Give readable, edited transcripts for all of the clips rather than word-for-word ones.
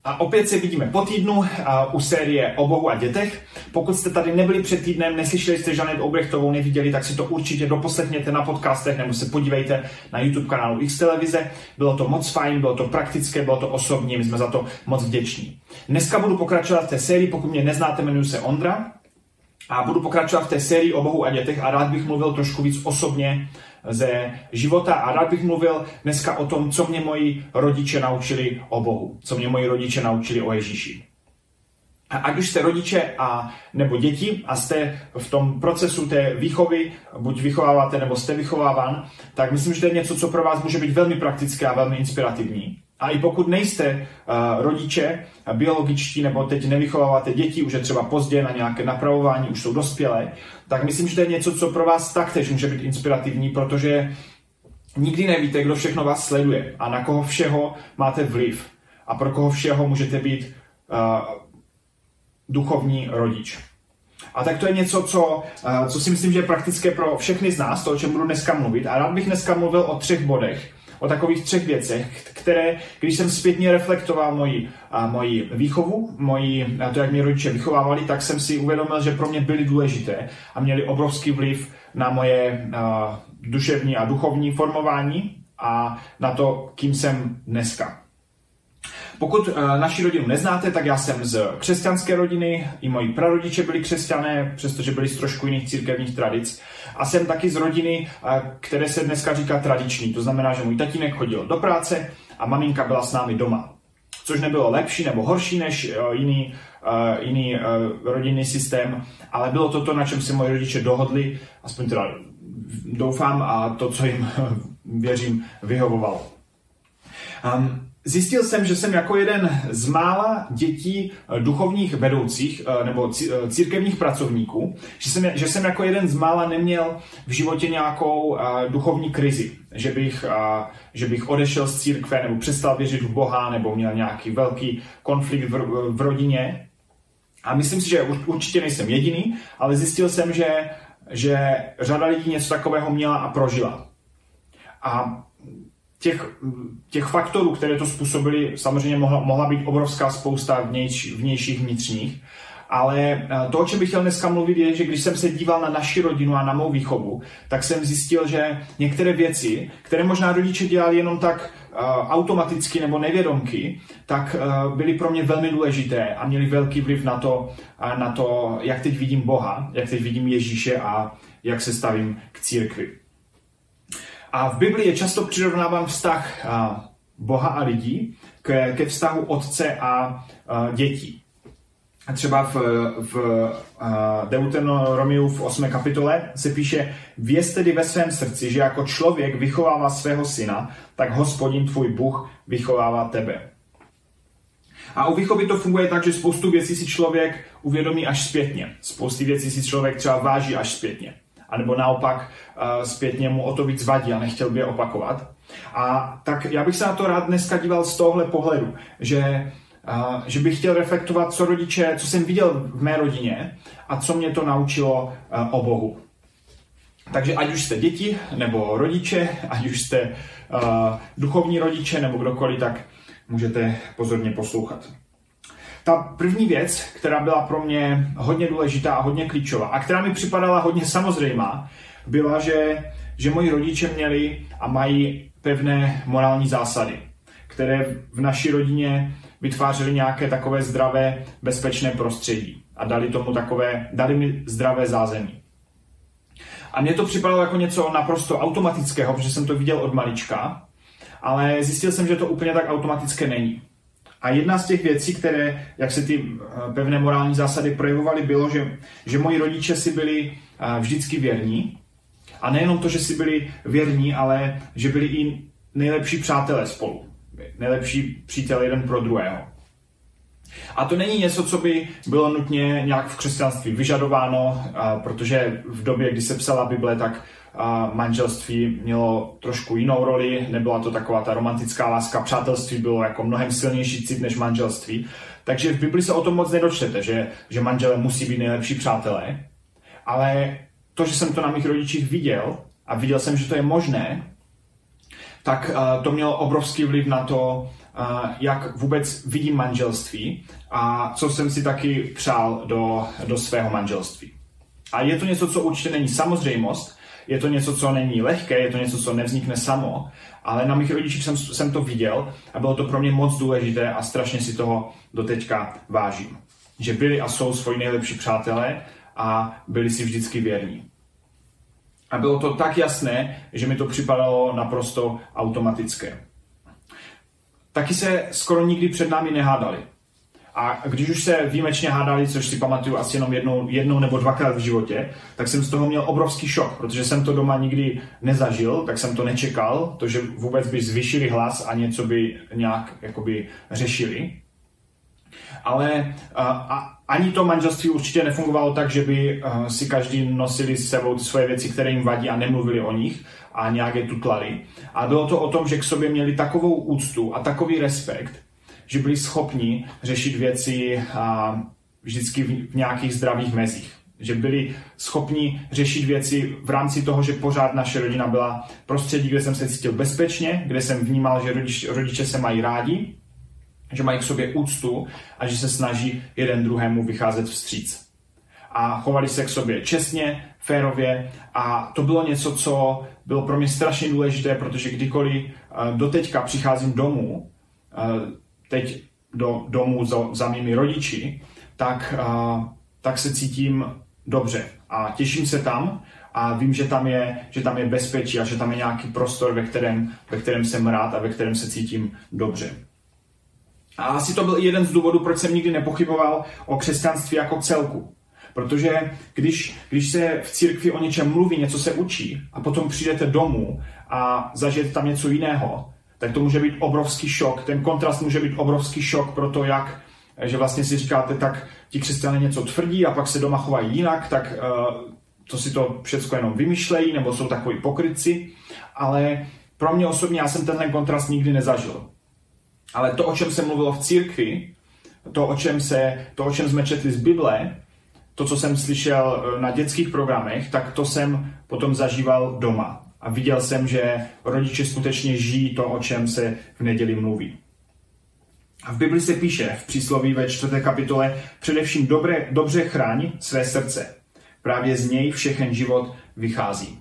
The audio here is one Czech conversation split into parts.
A opět se vidíme po týdnu u série o Bohu a dětech. Pokud jste tady nebyli před týdnem, neslyšeli jste Žanet Obrechtovou, neviděli, tak si to určitě doposlechněte na podcastech nebo se podívejte na YouTube kanálu X televize. Bylo to moc fajn, bylo to praktické, bylo to osobní, my jsme za to moc vděční. Dneska budu pokračovat v té sérii, pokud mě neznáte, jmenuji se Ondra. A budu pokračovat v té sérii o Bohu a dětech a rád bych mluvil trošku víc osobně ze života a rád bych mluvil dneska o tom, co mě moji rodiče naučili o Bohu, co mě moji rodiče naučili o Ježíši. A ať už jste rodiče nebo děti a jste v tom procesu té výchovy, buď vychováváte nebo jste vychováván, tak myslím, že to je něco, co pro vás může být velmi praktické a velmi inspirativní. A i pokud nejste rodiče biologičtí nebo teď nevychováváte děti, už je třeba pozdě na nějaké napravování, už jsou dospělé, tak myslím, že to je něco, co pro vás taktéž může být inspirativní, protože nikdy nevíte, kdo všechno vás sleduje a na koho všeho máte vliv a pro koho všeho můžete být duchovní rodič. A tak to je něco, co si myslím, že je praktické pro všechny z nás, to, o čem budu dneska mluvit. A rád bych dneska mluvil o 3 bodech, o takových 3 věcech, které, když jsem zpětně reflektoval moji výchovu, to, jak mě rodiče vychovávali, tak jsem si uvědomil, že pro mě byly důležité a měly obrovský vliv na moje duševní a duchovní formování a na to, kým jsem dneska. Pokud naši rodinu neznáte, tak já jsem z křesťanské rodiny, i moji prarodiče byli křesťané, přestože byli z trošku jiných církevních tradic. A jsem taky z rodiny, které se dneska říká tradiční. To znamená, že můj tatínek chodil do práce a maminka byla s námi doma. Což nebylo lepší nebo horší než jiný rodinný systém, ale bylo to, na čem se moji rodiče dohodli, aspoň teda doufám, a to, co jim, věřím, vyhovovalo. Zjistil jsem, že jsem jako jeden z mála dětí duchovních vedoucích nebo církevních pracovníků, že jsem jako jeden z mála neměl v životě nějakou duchovní krizi, že bych odešel z církve nebo přestal věřit v Boha nebo měl nějaký velký konflikt v rodině. A myslím si, že určitě nejsem jediný, ale zjistil jsem, že řada lidí něco takového měla a prožila. A těch faktorů, které to způsobily, samozřejmě mohla být obrovská spousta vnějších, vnitřních, ale to, o čem bych chtěl dneska mluvit, je, že když jsem se díval na naši rodinu a na mou výchovu, tak jsem zjistil, že některé věci, které možná rodiče dělali jenom tak automaticky nebo nevědomky, tak byly pro mě velmi důležité a měly velký vliv na to, jak teď vidím Boha, jak teď vidím Ježíše a jak se stavím k církvi. A v Biblii je často přirovnáván vztah Boha a lidí ke vztahu otce a dětí. A třeba v Deuteronomiu v 8. kapitole se píše: Věz tedy ve svém srdci, že jako člověk vychovává svého syna, tak Hospodin tvůj Bůh vychovává tebe. A u výchovy to funguje tak, že spoustu věcí si člověk uvědomí až zpětně. Spousty věcí si člověk třeba váží až zpětně. A nebo naopak zpětně mu o to víc vadí a nechtěl by je opakovat. A tak já bych se na to rád dneska díval z tohohle pohledu, že bych chtěl reflektovat, co jsem viděl v mé rodině a co mě to naučilo o Bohu. Takže ať už jste děti nebo rodiče, ať už jste duchovní rodiče nebo kdokoliv, tak můžete pozorně poslouchat. Ta první věc, která byla pro mě hodně důležitá a hodně klíčová a která mi připadala hodně samozřejmá, byla, že moji rodiče měli a mají pevné morální zásady, které v naší rodině vytvářely nějaké takové zdravé, bezpečné prostředí a dali mi zdravé zázemí. A mně to připadalo jako něco naprosto automatického, protože jsem to viděl od malička, ale zjistil jsem, že to úplně tak automatické není. A jedna z těch věcí, které, jak se ty pevné morální zásady projevovaly, bylo, že moji rodiče si byli vždycky věrní. A nejenom to, že si byli věrní, ale že byli i nejlepší přátelé spolu. Nejlepší přítel jeden pro druhého. A to není něco, co by bylo nutně nějak v křesťanství vyžadováno, protože v době, kdy se psala Bible, tak manželství mělo trošku jinou roli, nebyla to taková ta romantická láska, přátelství bylo jako mnohem silnější cit než manželství. Takže v Bibli se o tom moc nedočtete, že manželé musí být nejlepší přátelé, ale to, že jsem to na mých rodičích viděl a viděl jsem, že to je možné, tak to mělo obrovský vliv jak vůbec vidím manželství a co jsem si taky přál do svého manželství. A je to něco, co určitě není samozřejmost, je to něco, co není lehké, je to něco, co nevznikne samo, ale na mých rodičích jsem to viděl a bylo to pro mě moc důležité a strašně si toho doteďka vážím. Že byli a jsou svoji nejlepší přátelé a byli si vždycky věrní. A bylo to tak jasné, že mi to připadalo naprosto automatické. Taky se skoro nikdy před námi nehádali. A když už se výjimečně hádali, což si pamatuju asi jenom jednou nebo dvakrát v životě, tak jsem z toho měl obrovský šok, protože jsem to doma nikdy nezažil, tak jsem to nečekal, to, že vůbec by zvýšili hlas a něco by nějak jakoby řešili. Ale ani to manželství určitě nefungovalo tak, že by si každý nosili s sebou ty svoje věci, které jim vadí a nemluvili o nich a nějak je tutlali. A bylo to o tom, že k sobě měli takovou úctu a takový respekt, že byli schopni řešit věci vždycky v nějakých zdravých mezích. Že byli schopni řešit věci v rámci toho, že pořád naše rodina byla prostředí, kde jsem se cítil bezpečně, kde jsem vnímal, že rodiče se mají rádi, že mají k sobě úctu a že se snaží jeden druhému vycházet vstříc. A chovali se k sobě čestně, férově a to bylo něco, co bylo pro mě strašně důležité, protože kdykoliv doteďka přicházím domů, teď do domu za mými rodiči, tak se cítím dobře a těším se tam a vím, že tam je bezpečí a že tam je nějaký prostor, ve kterém jsem rád a ve kterém se cítím dobře. A asi to byl i jeden z důvodů, proč jsem nikdy nepochyboval o křesťanství jako celku. Protože když se v církvi o něčem mluví, něco se učí a potom přijdete domů a zažijete tam něco jiného, tak to může být obrovský šok. Ten kontrast může být obrovský šok pro to, že vlastně si říkáte, tak ti křesťané něco tvrdí a pak se doma chovají jinak, tak to si to všecko jenom vymýšlejí nebo jsou takový pokrytci. Ale pro mě osobně já jsem tenhle kontrast nikdy nezažil. Ale to, o čem se mluvilo v církvi, to, o čem jsme četli z Bible, to, co jsem slyšel na dětských programech, tak to jsem potom zažíval doma. A viděl jsem, že rodiče skutečně žijí to, o čem se v neděli mluví. A v Bibli se píše v přísloví ve 4. kapitole především dobře chráň své srdce. Právě z něj všechen život vychází.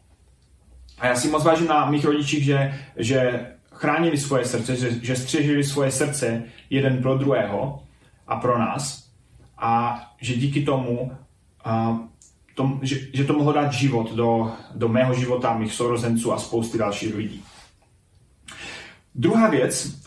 A já si moc vážím na mých rodičích, že chránili svoje srdce, že střežili svoje srdce jeden pro druhého a pro nás. A že díky tomu, že to mohlo dát život do mého života, mých sourozenců a spousty dalších lidí. Druhá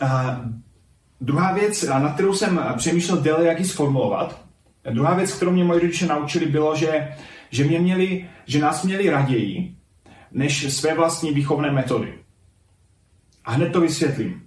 věc, nad kterou jsem přemýšlel déle, jak ji sformulovat. Druhá věc, kterou mě moji rodiče naučili, bylo, že nás měli raději než své vlastní výchovné metody. A hned to vysvětlím.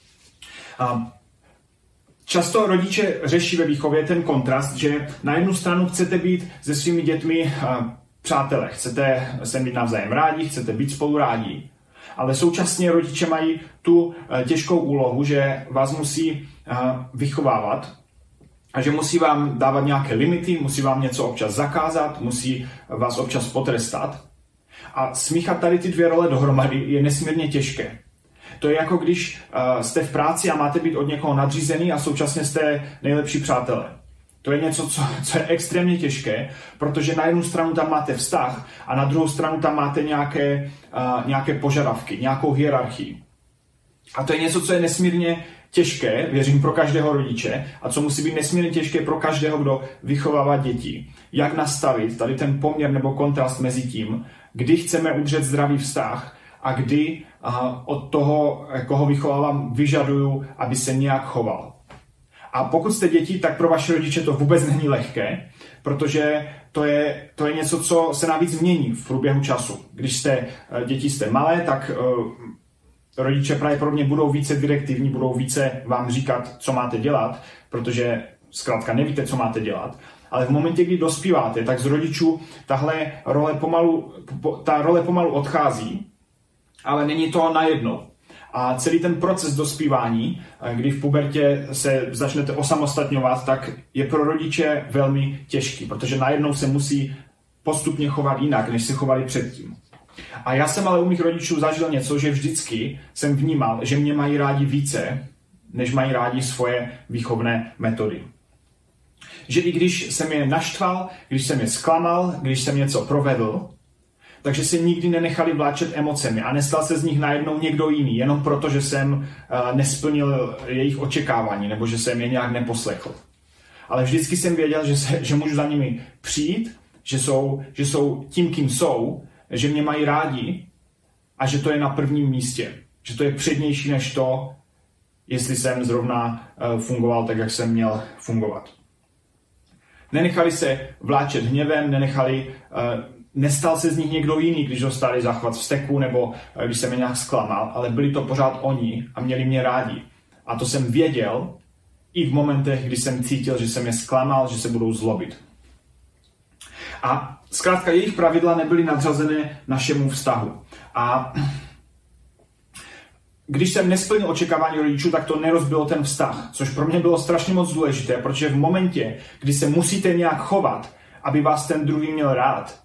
Často rodiče řeší ve výchově ten kontrast, že na jednu stranu chcete být se svými dětmi přátelé, chcete se mít navzájem rádi, chcete být spolu rádi, ale současně rodiče mají tu těžkou úlohu, že vás musí vychovávat a že musí vám dávat nějaké limity, musí vám něco občas zakázat, musí vás občas potrestat. A smíchat tady ty dvě role dohromady je nesmírně těžké. To je jako když jste v práci a máte být od někoho nadřízený a současně jste nejlepší přátelé. To je něco, co je extrémně těžké, protože na jednu stranu tam máte vztah a na druhou stranu tam máte nějaké požadavky, nějakou hierarchii. A to je něco, co je nesmírně těžké, věřím, pro každého rodiče a co musí být nesmírně těžké pro každého, kdo vychovává děti. Jak nastavit tady ten poměr nebo kontrast mezi tím, kdy chceme udržet zdravý vztah a kdy od toho, koho vychovávám, vyžaduju, aby se nějak choval. A pokud jste děti, tak pro vaše rodiče to vůbec není lehké, protože to je něco, co se navíc mění v průběhu času. Když děti jste malé, tak rodiče pravděpodobně budou více direktivní, budou více vám říkat, co máte dělat, protože zkrátka nevíte, co máte dělat. Ale v momentě, kdy dospíváte, tak z rodičů ta role pomalu odchází, ale není to najednou. A celý ten proces dospívání, kdy v pubertě se začnete osamostatňovat, tak je pro rodiče velmi těžký, protože najednou se musí postupně chovat jinak, než se chovali předtím. A já jsem ale u mých rodičů zažil něco, že vždycky jsem vnímal, že mě mají rádi více, než mají rádi svoje výchovné metody. Že i když jsem je naštval, když jsem je zklamal, když jsem něco provedl, takže se nikdy nenechali vláčet emocemi a nestal se z nich najednou někdo jiný, jenom proto, že jsem nesplnil jejich očekávání nebo že jsem je nějak neposlechl. Ale vždycky jsem věděl, že můžu za nimi přijít, že jsou tím, kým jsou, že mě mají rádi a že to je na prvním místě. Že to je přednější než to, jestli jsem zrovna fungoval tak, jak jsem měl fungovat. Nenechali se vláčet hněvem, nestal se z nich někdo jiný, když dostali záchvat vzteku nebo když jsem je nějak zklamal, ale byli to pořád oni a měli mě rádi. A to jsem věděl i v momentech, kdy jsem cítil, že jsem je zklamal, že se budou zlobit. A zkrátka jejich pravidla nebyly nadřazené našemu vztahu. A když jsem nesplnil očekávání rodičů, tak to nerozbilo ten vztah, což pro mě bylo strašně moc důležité, protože v momentě, kdy se musíte nějak chovat, aby vás ten druhý měl rád,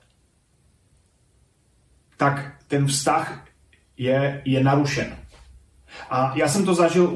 tak ten vztah je narušen. A já jsem to zažil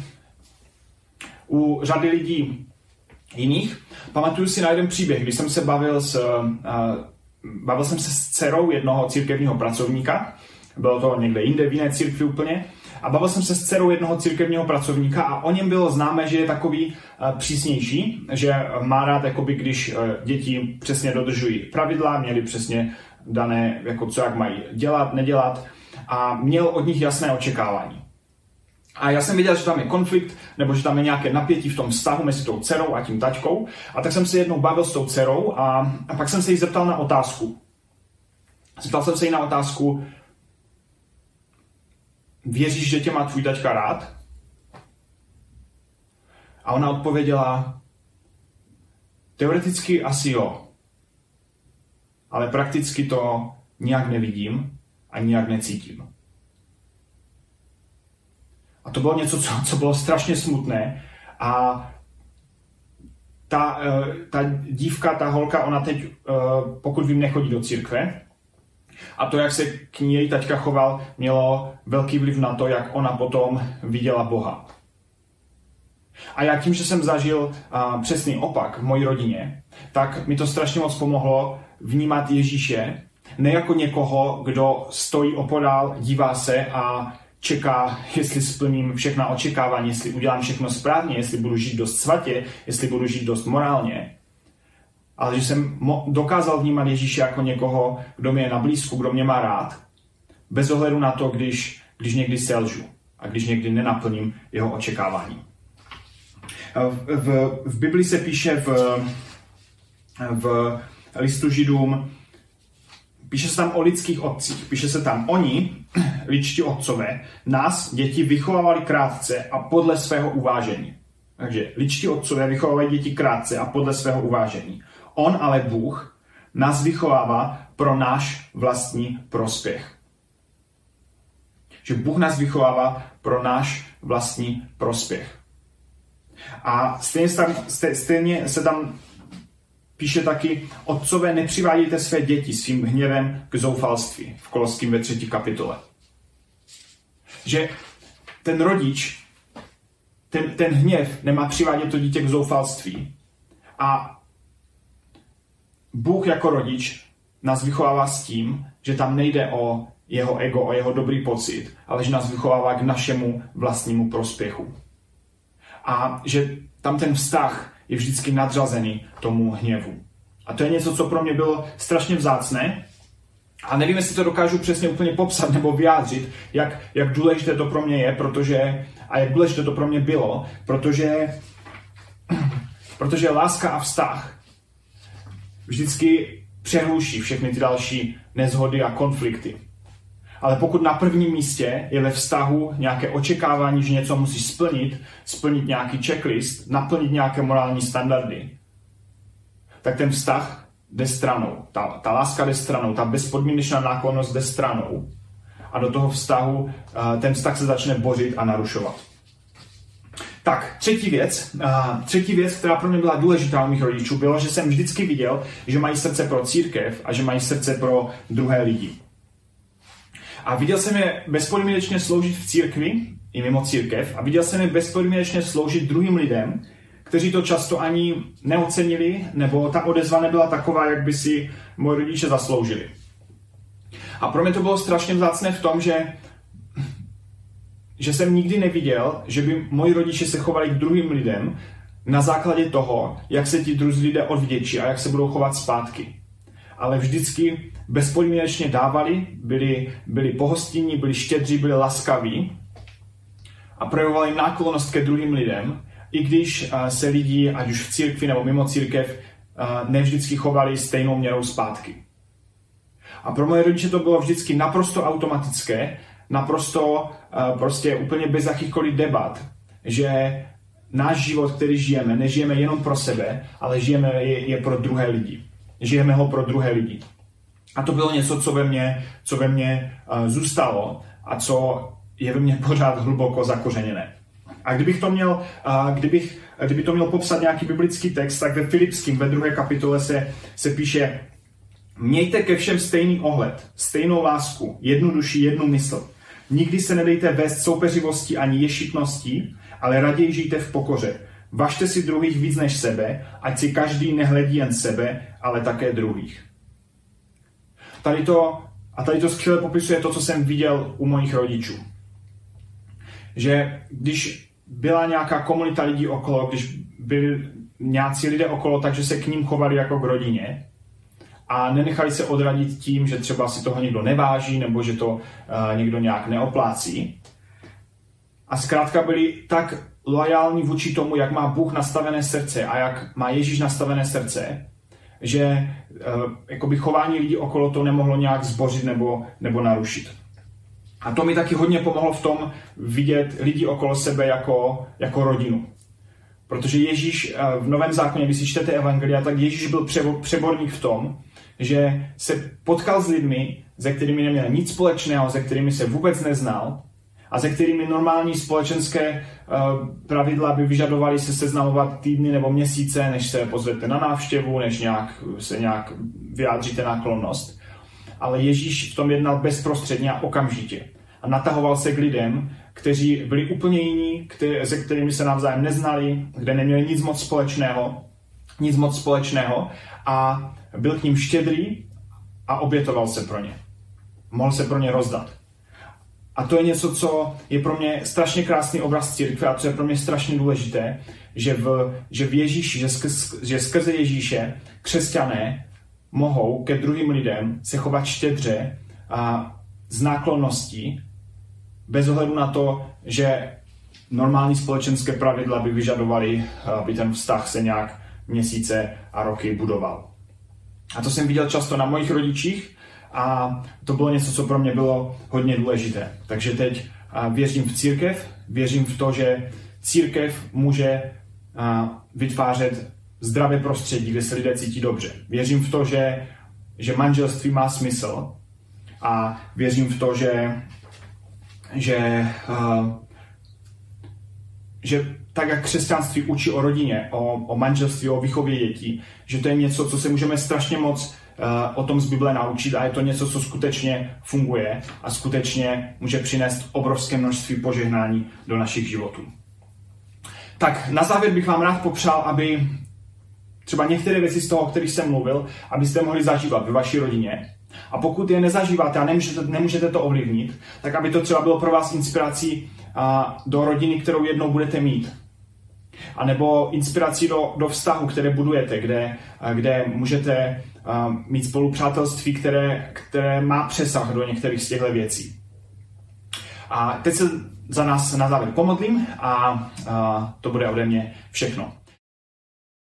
u řady lidí jiných. Pamatuju si na jeden příběh, když jsem se bavil jsem se s dcerou jednoho církevního pracovníka. Bylo to někde jinde, v jiné církvi úplně. A bavil jsem se s dcerou jednoho církevního pracovníka a o něm bylo známé, že je takový přísnější, že má rád, jakoby, když děti přesně dodržují pravidla, měli přesně dané, jako co jak mají dělat, nedělat a měl od nich jasné očekávání. A já jsem viděl, že tam je konflikt, nebo že tam je nějaké napětí v tom vztahu mezi tou dcerou a tím taťkou. A tak jsem se jednou bavil s tou dcerou a pak jsem se jí zeptal na otázku. Zeptal jsem se jí na otázku, věříš, že tě má tvůj taťka rád? A ona odpověděla, teoreticky asi jo, ale prakticky to nijak nevidím a nijak necítím. A to bylo něco, co bylo strašně smutné. A ta dívka, ta holka, ona teď, pokud vím, nechodí do církve. A to, jak se k ní její taťka choval, mělo velký vliv na to, jak ona potom viděla Boha. A já tím, že jsem zažil přesný opak v mojí rodině, tak mi to strašně moc pomohlo vnímat Ježíše ne jako někoho, kdo stojí opodál, dívá se a čeká, jestli splním všechna očekávání, jestli udělám všechno správně, jestli budu žít dost svatě, jestli budu žít dost morálně. Ale že jsem dokázal vnímat Ježíše jako někoho, kdo mě je na blízku, kdo mě má rád, bez ohledu na to, když někdy selžu a když někdy nenaplním jeho očekávání. V Bibli se píše v listu Židům, píše se tam o lidských otcích, píše se tam oni, ličtí otcové, nás, děti, vychovávali krátce a podle svého uvážení. Takže ličtí otcové vychovávají děti krátce a podle svého uvážení. On ale Bůh nás vychovává pro náš vlastní prospěch. Že Bůh nás vychovává pro náš vlastní prospěch. A stejně se tam píše taky, otcové, nepřivádějte své děti svým hněvem k zoufalství v Koloským ve 3. kapitole. Že ten rodič, ten hněv nemá přivádět to dítě k zoufalství. A Bůh jako rodič nás vychovává s tím, že tam nejde o jeho ego, o jeho dobrý pocit, ale že nás vychovává k našemu vlastnímu prospěchu. A že tam ten vztah je vždycky nadřazený tomu hněvu. A to je něco, co pro mě bylo strašně vzácné. A nevím, jestli to dokážu přesně úplně popsat nebo vyjádřit, jak důležité to pro mě je, a jak důležité to pro mě bylo, protože láska a vztah vždycky přehluší všechny ty další neshody a konflikty. Ale pokud na prvním místě je ve vztahu nějaké očekávání, že něco musíš splnit nějaký checklist, naplnit nějaké morální standardy, tak ten vztah jde stranou. Ta láska jde stranou, ta bezpodmínečná náklonnost jde stranou a do toho vztahu ten vztah se začne bořit a narušovat. Tak, třetí věc, která pro mě byla důležitá u mých rodičů, bylo, že jsem vždycky viděl, že mají srdce pro církev a že mají srdce pro druhé lidi. A viděl jsem je bezpodmínečně sloužit v církvi, i mimo církev a viděl jsem je bezpodmínečně sloužit druhým lidem, kteří to často ani neocenili, nebo ta odezva nebyla taková, jak by si moji rodiče zasloužili. A pro mě to bylo strašně vzácné v tom, že jsem nikdy neviděl, že by moji rodiče se chovali k druhým lidem na základě toho, jak se ti druzí lidé odvděčí a jak se budou chovat zpátky. Ale vždycky bezpodmínečně dávali, byli pohostinní, byli štědří, byli laskaví a projevovali náklonnost ke druhým lidem, i když se lidi, ať už v církvi nebo mimo církev, nevždycky chovali stejnou měrou zpátky. A pro moje rodiče to bylo vždycky naprosto automatické, naprosto prostě úplně bez jakýchkoliv debat, že náš život, který žijeme, nežijeme jenom pro sebe, ale žijeme je pro druhé lidi. Žijeme ho pro druhé lidi. A to bylo něco, co ve mně zůstalo a co je ve mně pořád hluboko zakořeněné. A kdyby to měl popsat nějaký biblický text, tak ve Filipským ve 2. kapitole se píše: mějte ke všem stejný ohled, stejnou lásku, jednu duši, jednu mysl. Nikdy se nedejte vést soupeřivostí ani ješitností, ale raději žijte v pokoře. Važte si druhých víc než sebe, ať si každý nehledí jen sebe, ale také druhých. Tady to skvěle popisuje to, co jsem viděl u mojich rodičů. Že když byla nějaká komunita lidí okolo, když byli nějací lidé okolo, takže se k ním chovali jako k rodině a nenechali se odradit tím, že třeba si toho někdo neváží nebo že to někdo nějak neoplácí. A zkrátka byli tak loajální vůči tomu, jak má Bůh nastavené srdce a jak má Ježíš nastavené srdce, že jakoby chování lidí okolo to nemohlo nějak zbořit nebo narušit. A to mi taky hodně pomohlo v tom vidět lidi okolo sebe jako rodinu. Protože Ježíš v Novém zákoně, když si čtete evangelia, tak Ježíš byl přeborník v tom, že se potkal s lidmi, se kterými neměl nic společného, se kterými se vůbec neznal a se kterými normální společenské pravidla by vyžadovaly se seznamovat týdny nebo měsíce, než se pozvete na návštěvu, než se nějak vyjádříte náklonnost. Ale Ježíš v tom jednal bezprostředně a okamžitě. A natahoval se k lidem, kteří byli úplně jiní, se kterými se navzájem neznali, kde neměli nic moc společného a byl k ním štědrý a obětoval se pro ně. Mohl se pro ně rozdat. A to je něco, co je pro mě strašně krásný obraz církve a co je pro mě strašně důležité, že v Ježíši, že skrze Ježíše křesťané mohou ke druhým lidem se chovat štědře a s náklonností, bez ohledu na to, že normální společenské pravidla by vyžadovaly, aby ten vztah se nějak měsíce a roky budoval. A to jsem viděl často na mojich rodičích a to bylo něco, co pro mě bylo hodně důležité. Takže teď věřím v církev, věřím v to, že církev může vytvářet zdravé prostředí, kde se lidé cítí dobře. Věřím v to, že manželství má smysl a věřím v to, že tak, jak křesťanství učí o rodině, o manželství, o výchově dětí, že to je něco, co se můžeme strašně moc o tom z Bible naučit a je to něco, co skutečně funguje a skutečně může přinést obrovské množství požehnání do našich životů. Tak na závěr bych vám rád popřál, aby třeba některé věci z toho, o kterých jsem mluvil, abyste mohli zažívat ve vaší rodině. A pokud je nezažíváte a nemůžete to ovlivnit, tak aby to třeba bylo pro vás inspirací do rodiny, kterou jednou budete mít. A nebo inspirací do vztahu, které budujete, kde můžete mít spolupřátelství, které má přesah do některých z těchto věcí. A teď se za nás na závěr pomodlím a to bude ode mě všechno.